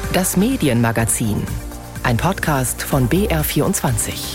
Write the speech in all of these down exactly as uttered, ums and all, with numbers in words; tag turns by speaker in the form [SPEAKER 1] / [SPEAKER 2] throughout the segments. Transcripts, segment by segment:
[SPEAKER 1] Das Medienmagazin. Ein Podcast von B R vierundzwanzig.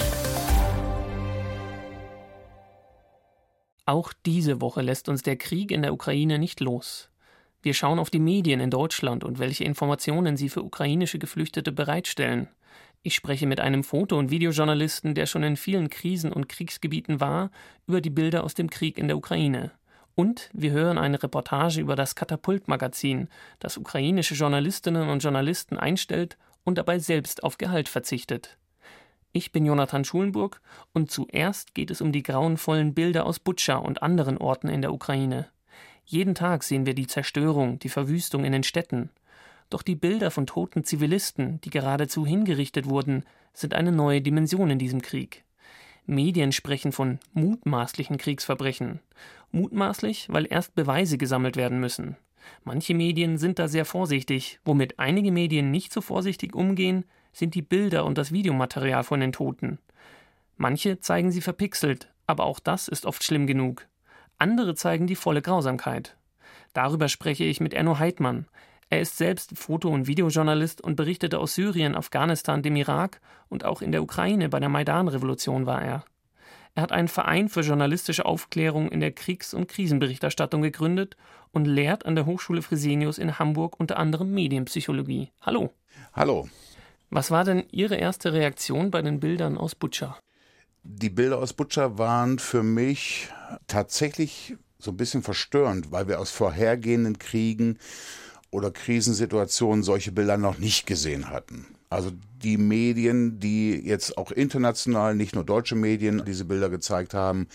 [SPEAKER 2] Auch diese Woche lässt uns der Krieg in der Ukraine nicht los. Wir schauen auf die Medien in Deutschland und welche Informationen sie für ukrainische Geflüchtete bereitstellen. Ich spreche mit einem Foto- und Videojournalisten, der schon in vielen Krisen- und Kriegsgebieten war, über die Bilder aus dem Krieg in der Ukraine. Und wir hören eine Reportage über das Katapult-Magazin, das ukrainische Journalistinnen und Journalisten einstellt und dabei selbst auf Gehalt verzichtet. Ich bin Jonathan Schulenburg und zuerst geht es um die grauenvollen Bilder aus Butscha und anderen Orten in der Ukraine. Jeden Tag sehen wir die Zerstörung, die Verwüstung in den Städten. Doch die Bilder von toten Zivilisten, die geradezu hingerichtet wurden, sind eine neue Dimension in diesem Krieg. Medien sprechen von mutmaßlichen Kriegsverbrechen. Mutmaßlich, weil erst Beweise gesammelt werden müssen. Manche Medien sind da sehr vorsichtig. Womit einige Medien nicht so vorsichtig umgehen, sind die Bilder und das Videomaterial von den Toten. Manche zeigen sie verpixelt, aber auch das ist oft schlimm genug. Andere zeigen die volle Grausamkeit. Darüber spreche ich mit Enno Heidmann. Er ist selbst Foto- und Videojournalist und berichtete aus Syrien, Afghanistan, dem Irak und auch in der Ukraine bei der Maidan-Revolution war er. Er hat einen Verein für journalistische Aufklärung in der Kriegs- und Krisenberichterstattung gegründet und lehrt an der Hochschule Fresenius in Hamburg unter anderem Medienpsychologie. Hallo.
[SPEAKER 3] Hallo.
[SPEAKER 2] Was war denn Ihre erste Reaktion bei den Bildern aus Butscha?
[SPEAKER 3] Die Bilder aus Butscha waren für mich tatsächlich so ein bisschen verstörend, weil wir aus vorhergehenden Kriegen oder Krisensituationen solche Bilder noch nicht gesehen hatten. Also die Medien, die jetzt auch international, nicht nur deutsche Medien, diese Bilder gezeigt haben,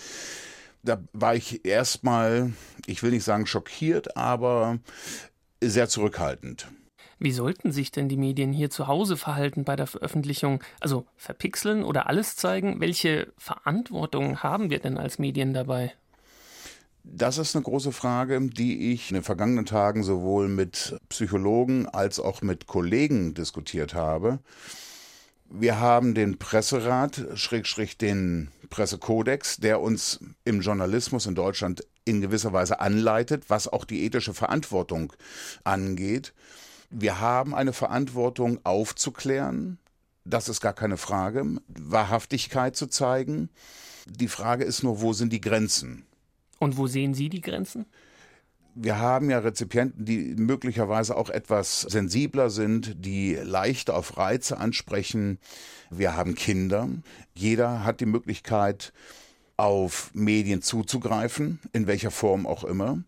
[SPEAKER 3] da war ich erstmal, ich will nicht sagen schockiert, aber sehr zurückhaltend.
[SPEAKER 2] Wie sollten sich denn die Medien hier zu Hause verhalten bei der Veröffentlichung? Also verpixeln oder alles zeigen? Welche Verantwortung haben wir denn als Medien dabei?
[SPEAKER 3] Das ist eine große Frage, die ich in den vergangenen Tagen sowohl mit Psychologen als auch mit Kollegen diskutiert habe. Wir haben den Presserat, Schrägstrich den Pressekodex, der uns im Journalismus in Deutschland in gewisser Weise anleitet, was auch die ethische Verantwortung angeht. Wir haben eine Verantwortung aufzuklären, das ist gar keine Frage, Wahrhaftigkeit zu zeigen. Die Frage ist nur, wo sind die Grenzen?
[SPEAKER 2] Und wo sehen Sie die Grenzen?
[SPEAKER 3] Wir haben ja Rezipienten, die möglicherweise auch etwas sensibler sind, die leichter auf Reize ansprechen. Wir haben Kinder. Jeder hat die Möglichkeit, auf Medien zuzugreifen, in welcher Form auch immer.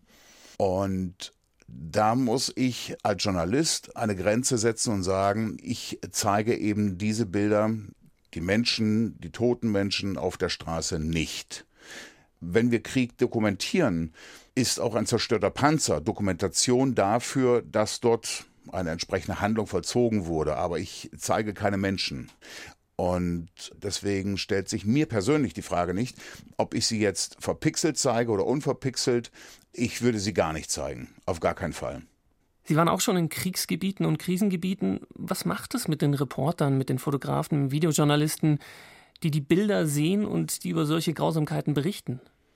[SPEAKER 3] Und da muss ich als Journalist eine Grenze setzen und sagen, ich zeige eben diese Bilder, die Menschen, die toten Menschen auf der Straße nicht. Wenn wir Krieg dokumentieren, ist auch ein zerstörter Panzer Dokumentation dafür, dass dort eine entsprechende Handlung vollzogen wurde. Aber ich zeige keine Menschen. Und deswegen stellt sich mir persönlich die Frage nicht, ob ich sie jetzt verpixelt zeige oder unverpixelt. Ich würde sie gar nicht zeigen. Auf gar keinen Fall.
[SPEAKER 2] Sie waren auch schon in Kriegsgebieten und Krisengebieten. Was macht es mit den Reportern, mit den Fotografen, Videojournalisten, die die Bilder sehen und die über solche Grausamkeiten berichten?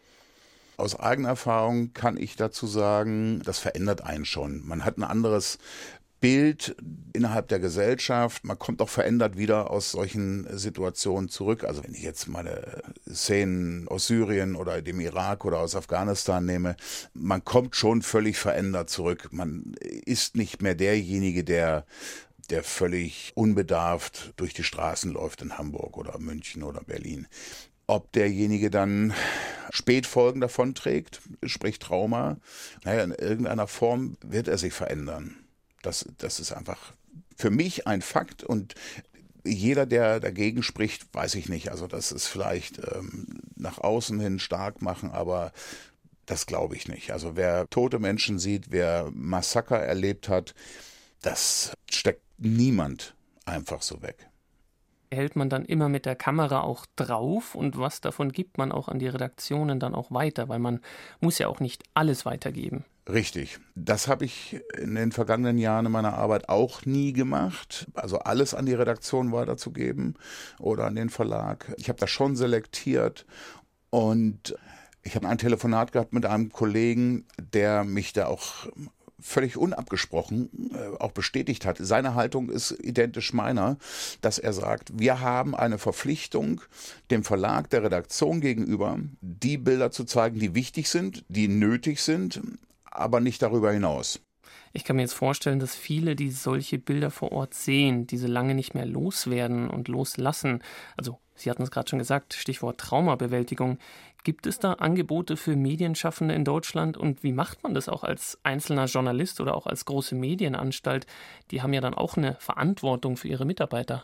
[SPEAKER 3] Aus eigener Erfahrung kann ich dazu sagen, das verändert einen schon. Man hat ein anderes Bild innerhalb der Gesellschaft. Man kommt auch verändert wieder aus solchen Situationen zurück. Also wenn ich jetzt meine Szenen aus Syrien oder dem Irak oder aus Afghanistan nehme, man kommt schon völlig verändert zurück. Man ist nicht mehr derjenige, der der völlig unbedarft durch die Straßen läuft in Hamburg oder München oder Berlin. Ob derjenige dann Spätfolgen davon trägt, sprich Trauma, naja, in irgendeiner Form wird er sich verändern. Das, das ist einfach für mich ein Fakt und jeder, der dagegen spricht, weiß ich nicht. Also das ist vielleicht ähm, nach außen hin stark machen, aber das glaube ich nicht. Also wer tote Menschen sieht, wer Massaker erlebt hat, das steckt niemand einfach so weg.
[SPEAKER 2] Hält man dann immer mit der Kamera auch drauf und was davon gibt man auch an die Redaktionen dann auch weiter, weil man muss ja auch nicht alles weitergeben.
[SPEAKER 3] Richtig. Das habe ich in den vergangenen Jahren in meiner Arbeit auch nie gemacht. Also alles an die Redaktion weiterzugeben oder an den Verlag. Ich habe das schon selektiert und ich habe ein Telefonat gehabt mit einem Kollegen, der mich da auch völlig unabgesprochen äh, auch bestätigt hat. Seine Haltung ist identisch meiner, dass er sagt, wir haben eine Verpflichtung dem Verlag, der Redaktion gegenüber, die Bilder zu zeigen, die wichtig sind, die nötig sind, aber nicht darüber hinaus.
[SPEAKER 2] Ich kann mir jetzt vorstellen, dass viele, die solche Bilder vor Ort sehen, diese lange nicht mehr loswerden und loslassen. Also, Sie hatten es gerade schon gesagt, Stichwort Traumabewältigung. Gibt es da Angebote für Medienschaffende in Deutschland? Und wie macht man das auch als einzelner Journalist oder auch als große Medienanstalt? Die haben ja dann auch eine Verantwortung für ihre Mitarbeiter.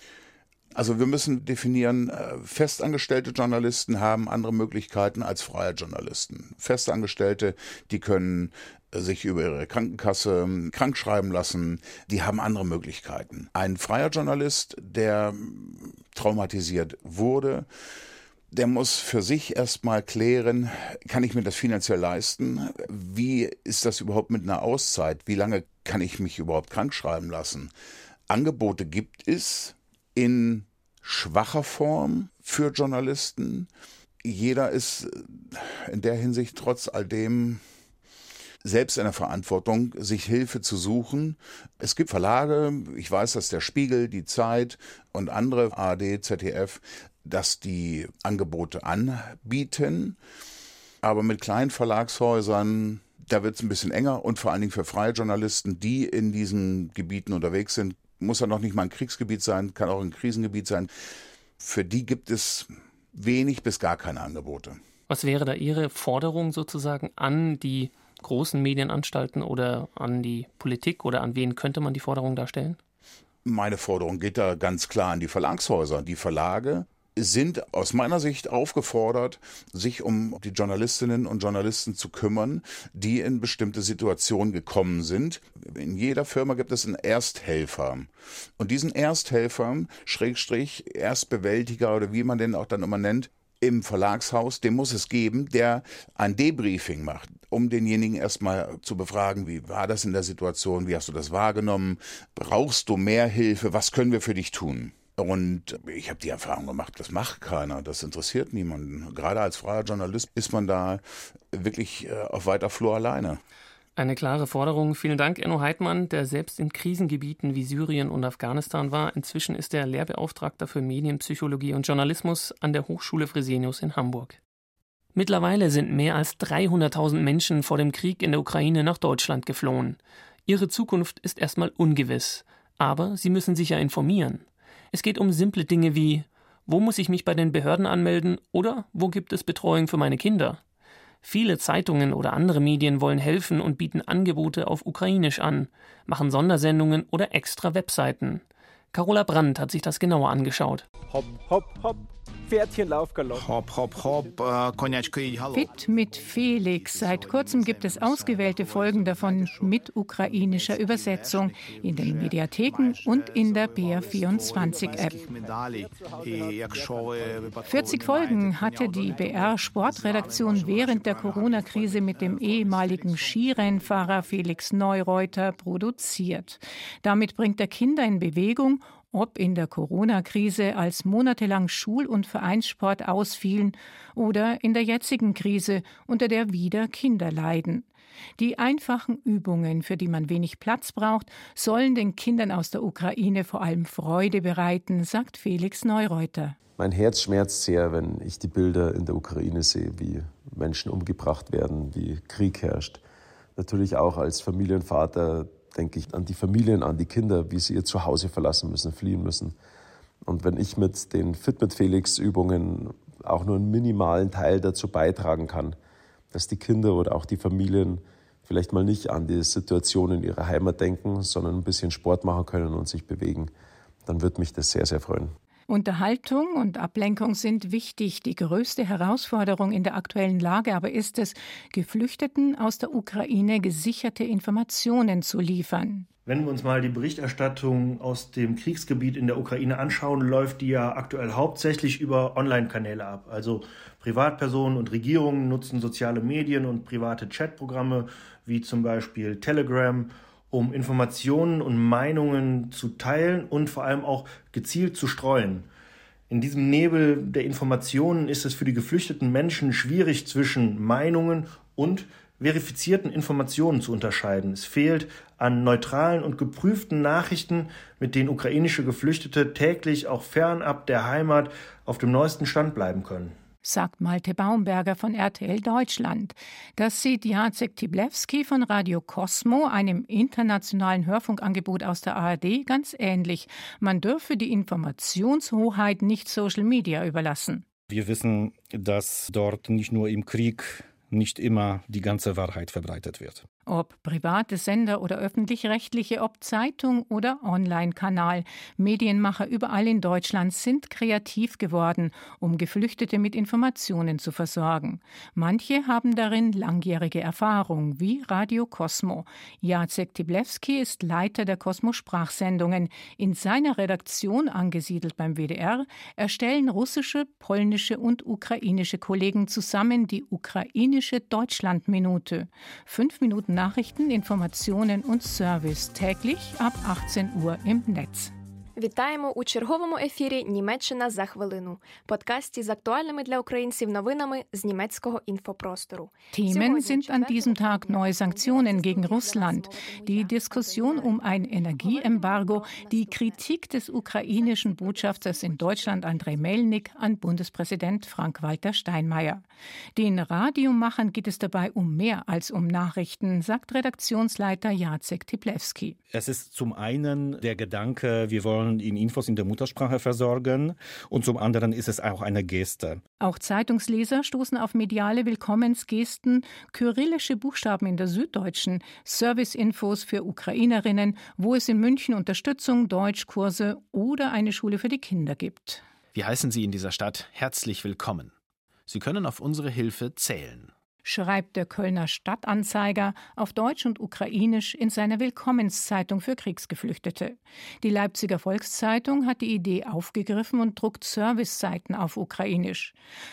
[SPEAKER 3] Also wir müssen definieren, festangestellte Journalisten haben andere Möglichkeiten als freie Journalisten. Festangestellte, die können sich über ihre Krankenkasse krankschreiben lassen, die haben andere Möglichkeiten. Ein freier Journalist, der traumatisiert wurde, der muss für sich erstmal klären, kann ich mir das finanziell leisten? Wie ist das überhaupt mit einer Auszeit? Wie lange kann ich mich überhaupt krankschreiben lassen? Angebote gibt es in schwacher Form für Journalisten. Jeder ist in der Hinsicht trotz all dem selbst in der Verantwortung, sich Hilfe zu suchen. Es gibt Verlage, ich weiß, dass der Spiegel, die Zeit und andere, A R D, Z D F, dass die Angebote anbieten. Aber mit kleinen Verlagshäusern, da wird es ein bisschen enger und vor allen Dingen für freie Journalisten, die in diesen Gebieten unterwegs sind, muss ja noch nicht mal ein Kriegsgebiet sein, kann auch ein Krisengebiet sein. Für die gibt es wenig bis gar keine Angebote.
[SPEAKER 2] Was wäre da Ihre Forderung sozusagen an die großen Medienanstalten oder an die Politik oder an wen könnte man die Forderung da stellen?
[SPEAKER 3] Meine Forderung geht da ganz klar an die Verlagshäuser. Die Verlage sind aus meiner Sicht aufgefordert, sich um die Journalistinnen und Journalisten zu kümmern, die in bestimmte Situationen gekommen sind. In jeder Firma gibt es einen Ersthelfer. Und diesen Ersthelfer, Schrägstrich, Erstbewältiger oder wie man den auch dann immer nennt, im Verlagshaus, den muss es geben, der ein Debriefing macht, um denjenigen erstmal zu befragen, wie war das in der Situation, wie hast du das wahrgenommen, brauchst du mehr Hilfe, was können wir für dich tun? Und ich habe die Erfahrung gemacht, das macht keiner, das interessiert niemanden. Gerade als freier Journalist ist man da wirklich auf weiter Flur alleine.
[SPEAKER 2] Eine klare Forderung. Vielen Dank, Enno Heidmann, der selbst in Krisengebieten wie Syrien und Afghanistan war. Inzwischen ist er Lehrbeauftragter für Medienpsychologie und Journalismus an der Hochschule Fresenius in Hamburg. Mittlerweile sind mehr als dreihunderttausend Menschen vor dem Krieg in der Ukraine nach Deutschland geflohen. Ihre Zukunft ist erstmal ungewiss, aber sie müssen sich ja informieren. Es geht um simple Dinge wie: Wo muss ich mich bei den Behörden anmelden oder wo gibt es Betreuung für meine Kinder? Viele Zeitungen oder andere Medien wollen helfen und bieten Angebote auf Ukrainisch an, machen Sondersendungen oder extra Webseiten. Carola Brandt hat sich das genauer angeschaut.
[SPEAKER 4] Hopp, hopp, hopp, Pferdchen Laufgalopp.
[SPEAKER 5] Hopp, hopp, hopp, äh, Konjatschka i Hallo.
[SPEAKER 6] Fit mit Felix. Seit kurzem gibt es ausgewählte Folgen davon mit ukrainischer Übersetzung in den Mediatheken und in der B R vierundzwanzig-App. vierzig Folgen hatte die B R-Sportredaktion während der Corona-Krise mit dem ehemaligen Skirennfahrer Felix Neureuter produziert. Damit bringt er Kinder in Bewegung, ob in der Corona-Krise, als monatelang Schul- und Vereinssport ausfielen, oder in der jetzigen Krise, unter der wieder Kinder leiden. Die einfachen Übungen, für die man wenig Platz braucht, sollen den Kindern aus der Ukraine vor allem Freude bereiten, sagt Felix Neureuter.
[SPEAKER 7] Mein Herz schmerzt sehr, wenn ich die Bilder in der Ukraine sehe, wie Menschen umgebracht werden, wie Krieg herrscht. Natürlich auch als Familienvater denke ich an die Familien, an die Kinder, wie sie ihr Zuhause verlassen müssen, fliehen müssen. Und wenn ich mit den Fit mit Felix Übungen auch nur einen minimalen Teil dazu beitragen kann, dass die Kinder oder auch die Familien vielleicht mal nicht an die Situation in ihrer Heimat denken, sondern ein bisschen Sport machen können und sich bewegen, dann wird mich das sehr, sehr freuen.
[SPEAKER 6] Unterhaltung und Ablenkung sind wichtig. Die größte Herausforderung in der aktuellen Lage aber ist es, Geflüchteten aus der Ukraine gesicherte Informationen zu liefern.
[SPEAKER 8] Wenn wir uns mal die Berichterstattung aus dem Kriegsgebiet in der Ukraine anschauen, läuft die ja aktuell hauptsächlich über Online-Kanäle ab. Also Privatpersonen und Regierungen nutzen soziale Medien und private Chatprogramme wie zum Beispiel Telegram, um Informationen und Meinungen zu teilen und vor allem auch gezielt zu streuen. In diesem Nebel der Informationen ist es für die geflüchteten Menschen schwierig, zwischen Meinungen und verifizierten Informationen zu unterscheiden. Es fehlt an neutralen und geprüften Nachrichten, mit denen ukrainische Geflüchtete täglich auch fernab der Heimat auf dem neuesten Stand bleiben können.
[SPEAKER 6] Sagt Malte Baumberger von R T L Deutschland. Das sieht Jacek Tiblewski von Radio Cosmo, einem internationalen Hörfunkangebot aus der A R D, ganz ähnlich. Man dürfe die Informationshoheit nicht Social Media überlassen.
[SPEAKER 9] Wir wissen, dass dort nicht nur im Krieg nicht immer die ganze Wahrheit verbreitet wird.
[SPEAKER 6] Ob private Sender oder öffentlich-rechtliche, ob Zeitung oder Online-Kanal. Medienmacher überall in Deutschland sind kreativ geworden, um Geflüchtete mit Informationen zu versorgen. Manche haben darin langjährige Erfahrung, wie Radio Cosmo. Jacek Tiblewski ist Leiter der Cosmo-Sprachsendungen. In seiner Redaktion, angesiedelt beim W D R, erstellen russische, polnische und ukrainische Kollegen zusammen die ukrainische Deutschlandminute. Fünf Minuten Nachrichten, Informationen und Service täglich ab achtzehn Uhr im Netz.
[SPEAKER 10] Вітаємо у черговому ефірі «Німеччина за хвилину» – подкасті з актуальними для українців новинами з німецького інфопростору.
[SPEAKER 6] Themen sind an diesem Tag neue Sanktionen gegen Russland, die Diskussion um ein Energieembargo, die Kritik des ukrainischen Botschafters in Deutschland Andrei Melnik an Bundespräsident Frank-Walter Steinmeier. Den Radiomachern geht es dabei um mehr als um Nachrichten, sagt Redaktionsleiter Jacek Tiblewski.
[SPEAKER 9] Es ist zum einen der Gedanke, wir wollen in Infos in der Muttersprache versorgen, und zum anderen ist es auch eine Geste.
[SPEAKER 6] Auch Zeitungsleser stoßen auf mediale Willkommensgesten, kyrillische Buchstaben in der Süddeutschen, Serviceinfos für Ukrainerinnen, wo es in München Unterstützung, Deutschkurse oder eine Schule für die Kinder gibt.
[SPEAKER 11] Wir heißen Sie in dieser Stadt herzlich willkommen. Sie können auf unsere Hilfe zählen,
[SPEAKER 6] schreibt der Kölner Stadtanzeiger auf Deutsch und Ukrainisch in seiner Willkommenszeitung für Kriegsgeflüchtete. Die Leipziger Volkszeitung hat die Idee aufgegriffen und druckt Serviceseiten auf Ukrainisch.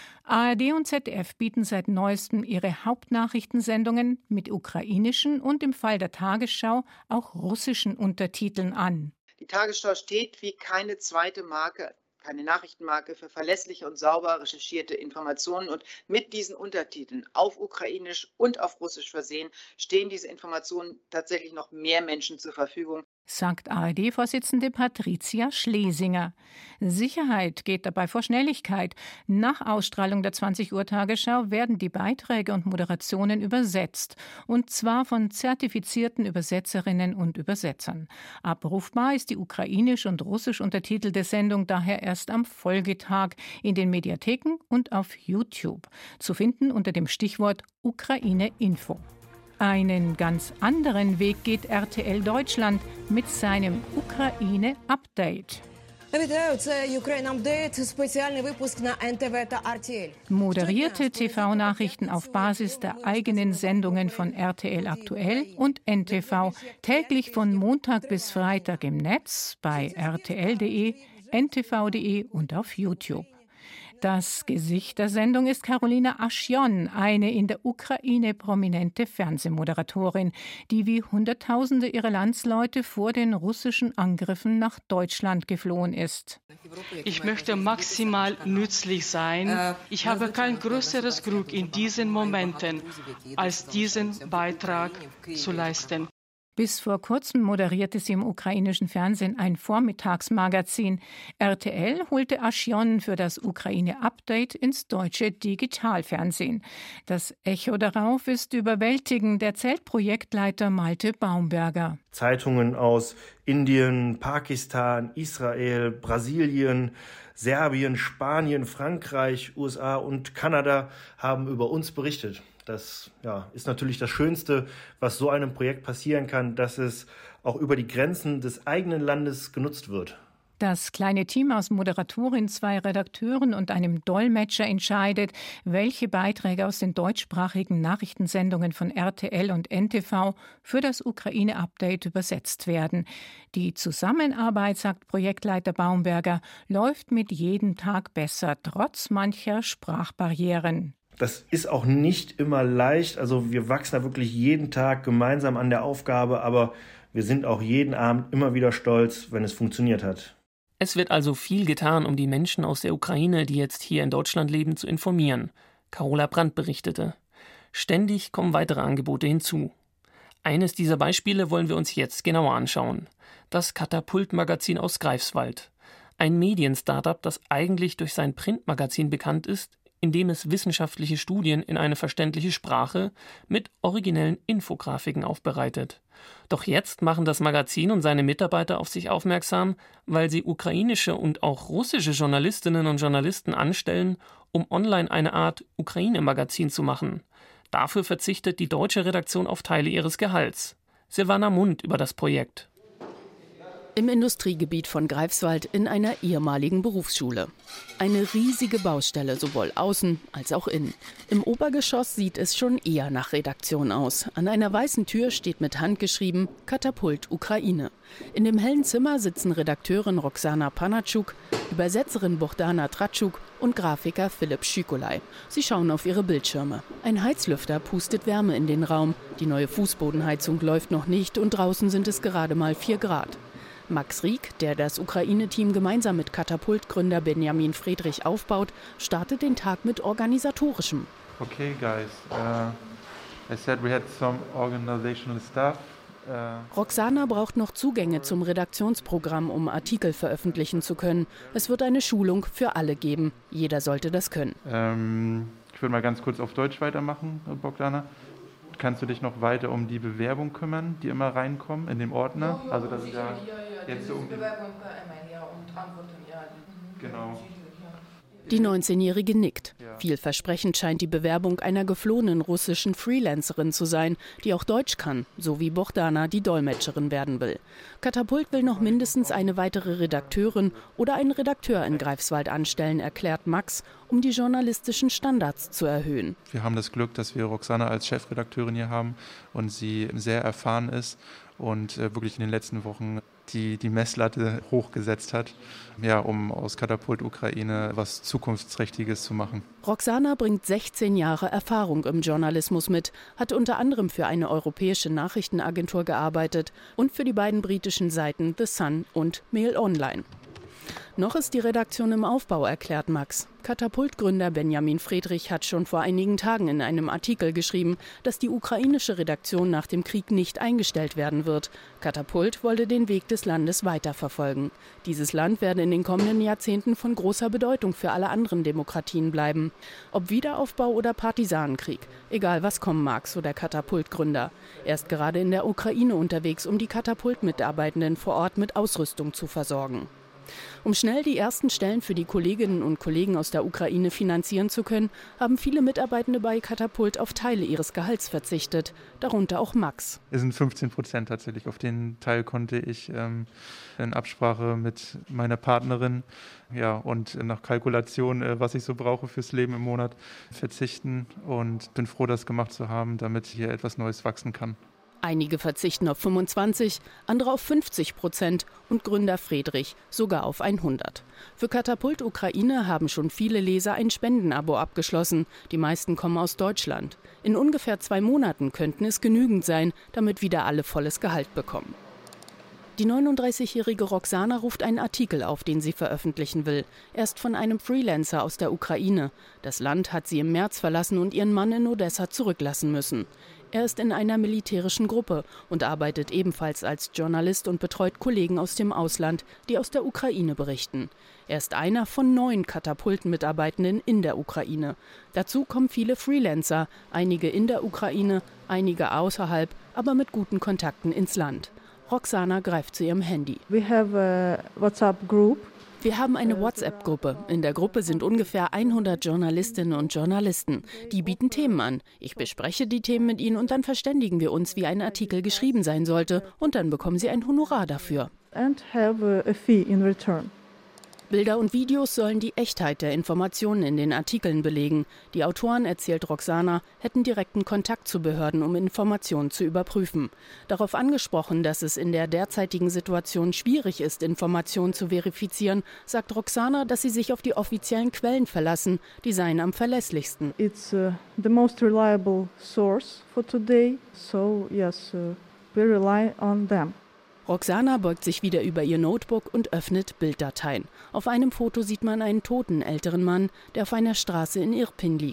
[SPEAKER 6] A R D und Z D F bieten seit neuestem ihre Hauptnachrichtensendungen mit ukrainischen und im Fall der Tagesschau auch russischen Untertiteln an.
[SPEAKER 12] Die Tagesschau steht wie keine zweite Marke, keine Nachrichtenmarke für verlässliche und sauber recherchierte Informationen, und mit diesen Untertiteln auf Ukrainisch und auf Russisch versehen, stehen diese Informationen tatsächlich noch mehr Menschen zur Verfügung,
[SPEAKER 6] sagt A R D-Vorsitzende Patricia Schlesinger. Sicherheit geht dabei vor Schnelligkeit. Nach Ausstrahlung der zwanzig Uhr Tagesschau werden die Beiträge und Moderationen übersetzt, und zwar von zertifizierten Übersetzerinnen und Übersetzern. Abrufbar ist die ukrainisch und russisch untertitelte Sendung daher erst am Folgetag in den Mediatheken und auf YouTube, zu finden unter dem Stichwort Ukraine Info. Einen ganz anderen Weg geht R T L Deutschland mit seinem Ukraine-Update. Moderierte T V-Nachrichten auf Basis der eigenen Sendungen von R T L Aktuell und N T V, täglich von Montag bis Freitag im Netz, bei R T L punkt de, N T V punkt de und auf YouTube. Das Gesicht der Sendung ist Karolina Aschjon, eine in der Ukraine prominente Fernsehmoderatorin, die wie Hunderttausende ihrer Landsleute vor den russischen Angriffen nach Deutschland geflohen ist.
[SPEAKER 13] Ich möchte maximal nützlich sein. Ich habe kein größeres Glück in diesen Momenten, als diesen Beitrag zu leisten.
[SPEAKER 6] Bis vor kurzem moderierte sie im ukrainischen Fernsehen ein Vormittagsmagazin. R T L holte Aschjon für das Ukraine-Update ins deutsche Digitalfernsehen. Das Echo darauf ist überwältigend, erzählt Projektleiter Malte Baumberger.
[SPEAKER 8] Zeitungen aus Indien, Pakistan, Israel, Brasilien, Serbien, Spanien, Frankreich, U S A und Kanada haben über uns berichtet. Das ja, ist natürlich das Schönste, was so einem Projekt passieren kann, dass es auch über die Grenzen des eigenen Landes genutzt wird.
[SPEAKER 6] Das kleine Team aus Moderatorin, zwei Redakteuren und einem Dolmetscher entscheidet, welche Beiträge aus den deutschsprachigen Nachrichtensendungen von R T L und N T V für das Ukraine-Update übersetzt werden. Die Zusammenarbeit, sagt Projektleiter Baumberger, läuft mit jedem Tag besser, trotz mancher Sprachbarrieren.
[SPEAKER 8] Das ist auch nicht immer leicht. Also wir wachsen da wirklich jeden Tag gemeinsam an der Aufgabe, aber wir sind auch jeden Abend immer wieder stolz, wenn es funktioniert hat.
[SPEAKER 2] Es wird also viel getan, um die Menschen aus der Ukraine, die jetzt hier in Deutschland leben, zu informieren. Carola Brandt berichtete. Ständig kommen weitere Angebote hinzu. Eines dieser Beispiele wollen wir uns jetzt genauer anschauen. Das Katapult-Magazin aus Greifswald. Ein Medien-Startup, das eigentlich durch sein Printmagazin bekannt ist, in dem es wissenschaftliche Studien in eine verständliche Sprache mit originellen Infografiken aufbereitet. Doch jetzt machen das Magazin und seine Mitarbeiter auf sich aufmerksam, weil sie ukrainische und auch russische Journalistinnen und Journalisten anstellen, um online eine Art Ukraine-Magazin zu machen. Dafür verzichtet die deutsche Redaktion auf Teile ihres Gehalts. Silvana Mund über das Projekt.
[SPEAKER 14] Im Industriegebiet von Greifswald in einer ehemaligen Berufsschule. Eine riesige Baustelle, sowohl außen als auch innen. Im Obergeschoss sieht es schon eher nach Redaktion aus. An einer weißen Tür steht mit Hand geschrieben Katapult Ukraine. In dem hellen Zimmer sitzen Redakteurin Roxana Panatschuk, Übersetzerin Bohdana Tratschuk und Grafiker Philipp Schükolaj. Sie schauen auf ihre Bildschirme. Ein Heizlüfter pustet Wärme in den Raum. Die neue Fußbodenheizung läuft noch nicht und draußen sind es gerade mal vier Grad. Max Rieck, der das Ukraine-Team gemeinsam mit Katapult-Gründer Benjamin Friedrich aufbaut, startet den Tag mit Organisatorischem.
[SPEAKER 15] Okay, guys. Uh, I said we had some organizational stuff. Uh
[SPEAKER 14] Roxana braucht noch Zugänge zum Redaktionsprogramm, um Artikel veröffentlichen zu können. Es wird eine Schulung für alle geben. Jeder sollte das können.
[SPEAKER 15] Ähm, ich würde mal ganz kurz auf Deutsch weitermachen, Bohdana. Kannst du dich noch weiter um die Bewerbung kümmern, die immer reinkommen in dem Ordner?
[SPEAKER 16] Ja, ja,
[SPEAKER 15] also dass
[SPEAKER 16] sicher,
[SPEAKER 15] da
[SPEAKER 16] ja, ja,
[SPEAKER 15] jetzt so um die
[SPEAKER 16] Bewerbung per E-Mail, ja, und Antworten, ja.
[SPEAKER 15] Genau.
[SPEAKER 14] Die neunzehnjährige nickt. Vielversprechend scheint die Bewerbung einer geflohenen russischen Freelancerin zu sein, die auch Deutsch kann, so wie Bohdana die Dolmetscherin werden will. Katapult will noch mindestens eine weitere Redakteurin oder einen Redakteur in Greifswald anstellen, erklärt Max, um die journalistischen Standards zu erhöhen.
[SPEAKER 15] Wir haben das Glück, dass wir Roxana als Chefredakteurin hier haben und sie sehr erfahren ist und äh, wirklich in den letzten Wochen die die Messlatte hochgesetzt hat, ja, um aus Katapult Ukraine was Zukunftsträchtiges zu machen.
[SPEAKER 14] Roxana bringt sechzehn Jahre Erfahrung im Journalismus mit, hat unter anderem für eine europäische Nachrichtenagentur gearbeitet und für die beiden britischen Seiten The Sun und Mail Online. Noch ist die Redaktion im Aufbau, erklärt Max. Katapult-Gründer Benjamin Friedrich hat schon vor einigen Tagen in einem Artikel geschrieben, dass die ukrainische Redaktion nach dem Krieg nicht eingestellt werden wird. Katapult wollte den Weg des Landes weiterverfolgen. Dieses Land werde in den kommenden Jahrzehnten von großer Bedeutung für alle anderen Demokratien bleiben. Ob Wiederaufbau oder Partisanenkrieg, egal was kommen mag, so der Katapult-Gründer. Er ist gerade in der Ukraine unterwegs, um die Katapult-Mitarbeitenden vor Ort mit Ausrüstung zu versorgen. Um schnell die ersten Stellen für die Kolleginnen und Kollegen aus der Ukraine finanzieren zu können, haben viele Mitarbeitende bei Katapult auf Teile ihres Gehalts verzichtet, darunter auch Max.
[SPEAKER 15] Es sind fünfzehn Prozent tatsächlich. Auf den Teil konnte ich ähm, in Absprache mit meiner Partnerin, ja, und nach Kalkulation, äh, was ich so brauche fürs Leben im Monat, verzichten und bin froh, das gemacht zu haben, damit hier etwas Neues wachsen kann.
[SPEAKER 14] Einige verzichten auf fünfundzwanzig, andere auf fünfzig Prozent und Gründer Friedrich sogar auf hundert. Für Katapult Ukraine haben schon viele Leser ein Spendenabo abgeschlossen. Die meisten kommen aus Deutschland. In ungefähr zwei Monaten könnten es genügend sein, damit wieder alle volles Gehalt bekommen. Die neununddreißigjährige Roxana ruft einen Artikel auf, den sie veröffentlichen will. Er ist von einem Freelancer aus der Ukraine. Das Land hat sie im März verlassen und ihren Mann in Odessa zurücklassen müssen. Er ist in einer militärischen Gruppe und arbeitet ebenfalls als Journalist und betreut Kollegen aus dem Ausland, die aus der Ukraine berichten. Er ist einer von neun Katapult-Mitarbeitenden in der Ukraine. Dazu kommen viele Freelancer, einige in der Ukraine, einige außerhalb, aber mit guten Kontakten ins Land. Roxana greift zu ihrem Handy.
[SPEAKER 17] We have a WhatsApp group.
[SPEAKER 14] Wir haben eine WhatsApp-Gruppe. In der Gruppe sind ungefähr hundert Journalistinnen und Journalisten. Die bieten Themen an. Ich bespreche die Themen mit ihnen und dann verständigen wir uns, wie ein Artikel geschrieben sein sollte. Und dann bekommen sie ein Honorar dafür.
[SPEAKER 17] And have a fee in return.
[SPEAKER 14] Bilder und Videos sollen die Echtheit der Informationen in den Artikeln belegen. Die Autoren, erzählt Roxana, hätten direkten Kontakt zu Behörden, um Informationen zu überprüfen. Darauf angesprochen, dass es in der derzeitigen Situation schwierig ist, Informationen zu verifizieren, sagt Roxana, dass sie sich auf die offiziellen Quellen verlassen. Die seien am verlässlichsten.
[SPEAKER 17] It's uh, the most reliable source for today, so yes, uh, we rely on them.
[SPEAKER 14] Roxana beugt sich wieder über ihr Notebook und öffnet Bilddateien. Auf einem Foto sieht man einen toten älteren Mann, der auf einer Straße in Irpin liegt.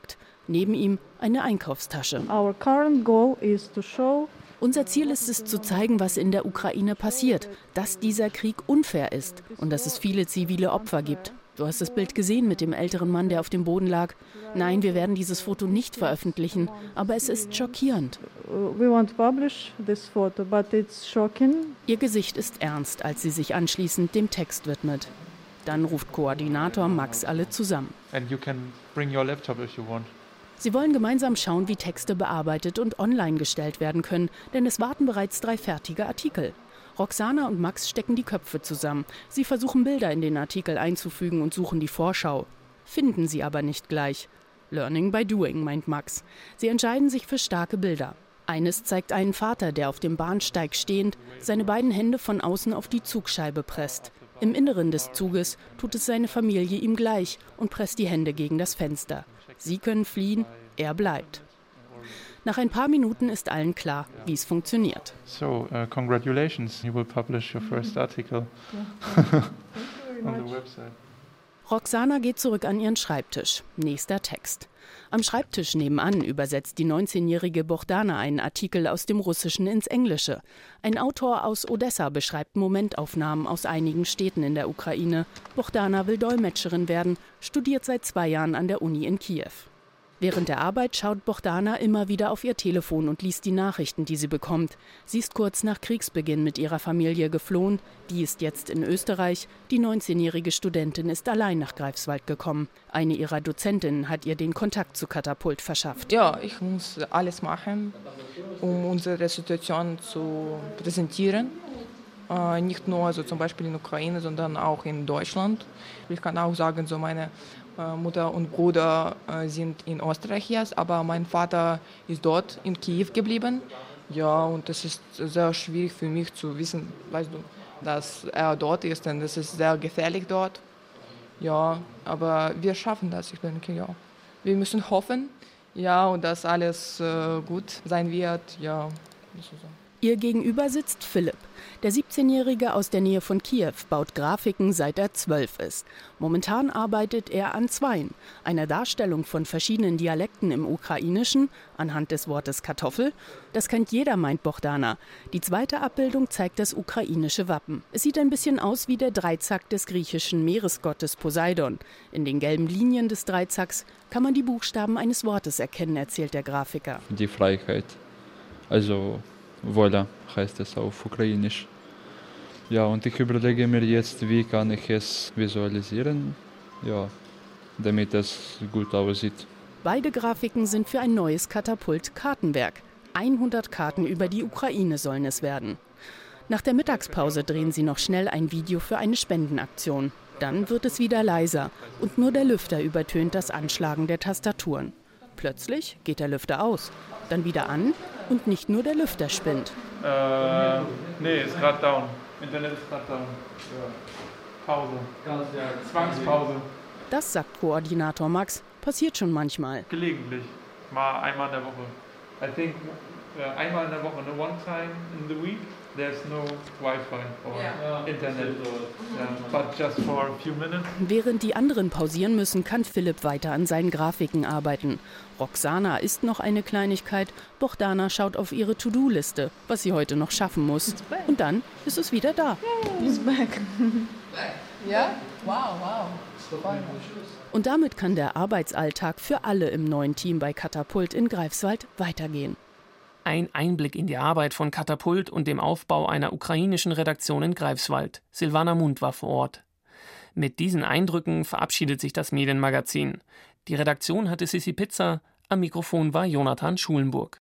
[SPEAKER 14] Neben ihm eine Einkaufstasche.
[SPEAKER 17] Our current goal is to show
[SPEAKER 14] Unser Ziel ist es, zu zeigen, was in der Ukraine passiert, dass dieser Krieg unfair ist und dass es viele zivile Opfer gibt. Du hast das Bild gesehen mit dem älteren Mann, der auf dem Boden lag. Nein, wir werden dieses Foto nicht veröffentlichen, aber es ist schockierend.
[SPEAKER 17] we won't publish this photo, but it's shocking.
[SPEAKER 14] Ihr Gesicht ist ernst, als sie sich anschließend dem Text widmet. Dann ruft Koordinator Max alle zusammen.
[SPEAKER 15] And you can bring your laptop if you want.
[SPEAKER 14] Sie wollen gemeinsam schauen, wie Texte bearbeitet und online gestellt werden können, denn es warten bereits drei fertige Artikel. Roxana und Max stecken die Köpfe zusammen. Sie versuchen Bilder in den Artikel einzufügen und suchen die Vorschau. Finden sie aber nicht gleich. Learning by doing, meint Max. Sie entscheiden sich für starke Bilder. Eines zeigt einen Vater, der auf dem Bahnsteig stehend seine beiden Hände von außen auf die Zugscheibe presst. Im Inneren des Zuges tut es seine Familie ihm gleich und presst die Hände gegen das Fenster. Sie können fliehen, er bleibt. Nach ein paar Minuten ist allen klar, wie es funktioniert.
[SPEAKER 15] So, uh, congratulations, you will publish your first article on the website.
[SPEAKER 14] Roxana geht zurück an ihren Schreibtisch. Nächster Text. Am Schreibtisch nebenan übersetzt die neunzehnjährige Bohdana einen Artikel aus dem Russischen ins Englische. Ein Autor aus Odessa beschreibt Momentaufnahmen aus einigen Städten in der Ukraine. Bohdana will Dolmetscherin werden, studiert seit zwei Jahren an der Uni in Kiew. Während der Arbeit schaut Bohdana immer wieder auf ihr Telefon und liest die Nachrichten, die sie bekommt. Sie ist kurz nach Kriegsbeginn mit ihrer Familie geflohen. Die ist jetzt in Österreich. Die neunzehnjährige Studentin ist allein nach Greifswald gekommen. Eine ihrer Dozentinnen hat ihr den Kontakt zu Katapult verschafft.
[SPEAKER 16] Ja, ich muss alles machen, um unsere Situation zu präsentieren. Äh, nicht nur also zum Beispiel in Ukraine, sondern auch in Deutschland. Ich kann auch sagen, so meine Mutter und Bruder sind in Österreich jetzt, aber mein Vater ist dort in Kiew geblieben. Ja, und es ist sehr schwierig für mich zu wissen, weißt du, dass er dort ist, denn es ist sehr gefährlich dort. Ja, aber wir schaffen das, ich denke, ja. Wir müssen hoffen, ja, und dass alles äh, gut sein wird, ja.
[SPEAKER 14] Ihr gegenüber sitzt Philipp. Der siebzehnjährige aus der Nähe von Kiew baut Grafiken, seit er zwölf ist. Momentan arbeitet er an zweien. Einer Darstellung von verschiedenen Dialekten im Ukrainischen, anhand des Wortes Kartoffel. Das kennt jeder, meint Bohdana. Die zweite Abbildung zeigt das ukrainische Wappen. Es sieht ein bisschen aus wie der Dreizack des griechischen Meeresgottes Poseidon. In den gelben Linien des Dreizacks kann man die Buchstaben eines Wortes erkennen, erzählt der Grafiker.
[SPEAKER 18] Die Freiheit, also Wola heißt es auf Ukrainisch. Ja, und ich überlege mir jetzt, wie kann ich es visualisieren, ja, damit es gut aussieht.
[SPEAKER 14] Beide Grafiken sind für ein neues Katapult-Kartenwerk. hundert Karten über die Ukraine sollen es werden. Nach der Mittagspause drehen sie noch schnell ein Video für eine Spendenaktion. Dann wird es wieder leiser und nur der Lüfter übertönt das Anschlagen der Tastaturen. Plötzlich geht der Lüfter aus, dann wieder an und nicht nur der Lüfter spinnt.
[SPEAKER 15] Äh, nee, ist gerade down. Internet ist gerade down. Ja. Pause. Zwangspause.
[SPEAKER 14] Das, sagt Koordinator Max, passiert schon manchmal.
[SPEAKER 15] Gelegentlich. Mal einmal in der Woche. I think uh, einmal in der Woche, no one time in the week. There's no Wi-Fi or yeah. Internet, yeah, but just for a few minutes.
[SPEAKER 14] Während die anderen pausieren müssen, kann Philipp weiter an seinen Grafiken arbeiten. Roxana isst noch eine Kleinigkeit, Bohdana schaut auf ihre To-Do-Liste, was sie heute noch schaffen muss. Und dann ist es wieder da.
[SPEAKER 16] It's back. Ja? Wow, wow.
[SPEAKER 14] Und damit kann der Arbeitsalltag für alle im neuen Team bei Katapult in Greifswald weitergehen.
[SPEAKER 2] Ein Einblick in die Arbeit von Katapult und dem Aufbau einer ukrainischen Redaktion in Greifswald. Silvana Mund war vor Ort. Mit diesen Eindrücken verabschiedet sich das Medienmagazin. Die Redaktion hatte Sissi Pizza, am Mikrofon war Jonathan Schulenburg.